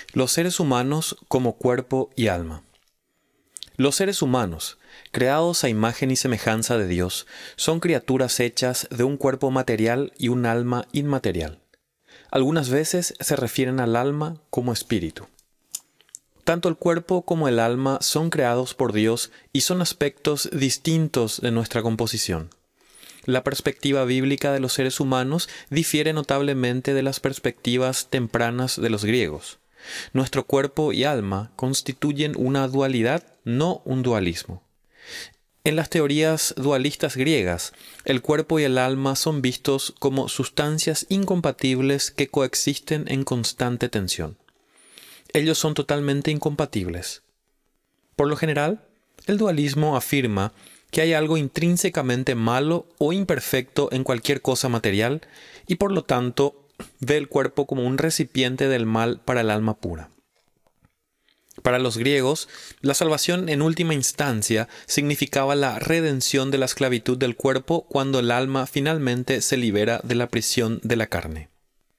Los seres humanos como cuerpo y alma. Los seres humanos, creados a imagen y semejanza de Dios, son criaturas hechas de un cuerpo material y un alma inmaterial. Algunas veces se refieren al alma como espíritu. Tanto el cuerpo como el alma son creados por Dios y son aspectos distintos de nuestra composición. La perspectiva bíblica de los seres humanos difiere notablemente de las perspectivas tempranas de los griegos. Nuestro cuerpo y alma constituyen una dualidad, no un dualismo. En las teorías dualistas griegas, el cuerpo y el alma son vistos como sustancias incompatibles que coexisten en constante tensión. Ellos son totalmente incompatibles. Por lo general, el dualismo afirma que hay algo intrínsecamente malo o imperfecto en cualquier cosa material y por lo tanto ve el cuerpo como un recipiente del mal para el alma pura. Para los griegos, la salvación en última instancia significaba la redención de la esclavitud del cuerpo cuando el alma finalmente se libera de la prisión de la carne.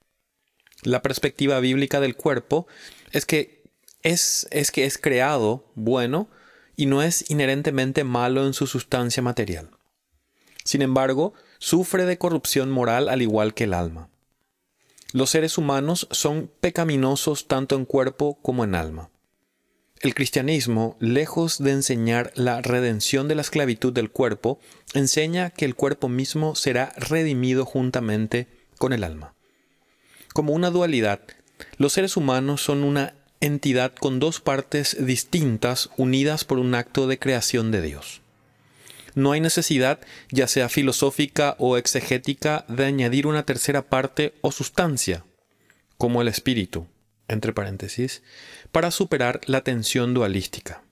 La perspectiva bíblica del cuerpo es que es creado bueno y no es inherentemente malo en su sustancia material. Sin embargo, sufre de corrupción moral al igual que el alma. Los seres humanos son pecaminosos tanto en cuerpo como en alma. El cristianismo, lejos de enseñar la redención de la esclavitud del cuerpo, enseña que el cuerpo mismo será redimido juntamente con el alma. Como una dualidad, los seres humanos son una entidad con dos partes distintas unidas por un acto de creación de Dios. No hay necesidad, ya sea filosófica o exegética, de añadir una tercera parte o sustancia, como el espíritu, entre paréntesis, para superar la tensión dualística.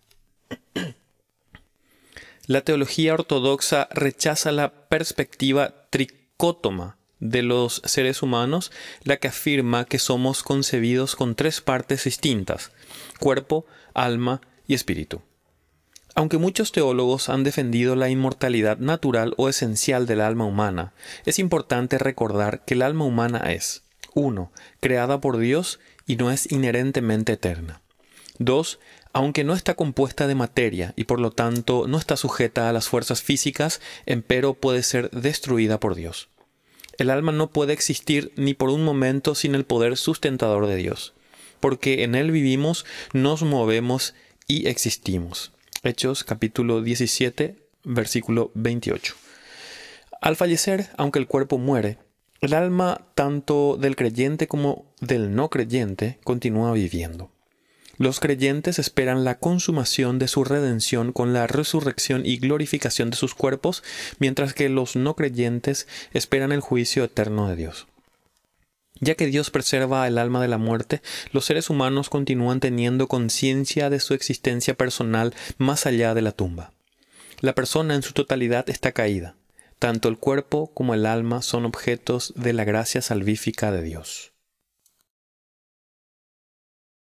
La teología ortodoxa rechaza la perspectiva tricótoma de los seres humanos, la que afirma que somos concebidos con tres partes distintas: cuerpo, alma y espíritu. Aunque muchos teólogos han defendido la inmortalidad natural o esencial del alma humana, es importante recordar que el alma humana es 1. Creada por Dios y no es inherentemente eterna. 2. Aunque no está compuesta de materia y por lo tanto no está sujeta a las fuerzas físicas, empero puede ser destruida por Dios. El alma no puede existir ni por un momento sin el poder sustentador de Dios, porque en Él vivimos, nos movemos y existimos. Hechos capítulo 17, versículo 28. Al fallecer, aunque el cuerpo muere, el alma tanto del creyente como del no creyente continúa viviendo. Los creyentes esperan la consumación de su redención con la resurrección y glorificación de sus cuerpos, mientras que los no creyentes esperan el juicio eterno de Dios. Ya que Dios preserva el alma de la muerte, los seres humanos continúan teniendo conciencia de su existencia personal más allá de la tumba. La persona en su totalidad está caída. Tanto el cuerpo como el alma son objetos de la gracia salvífica de Dios.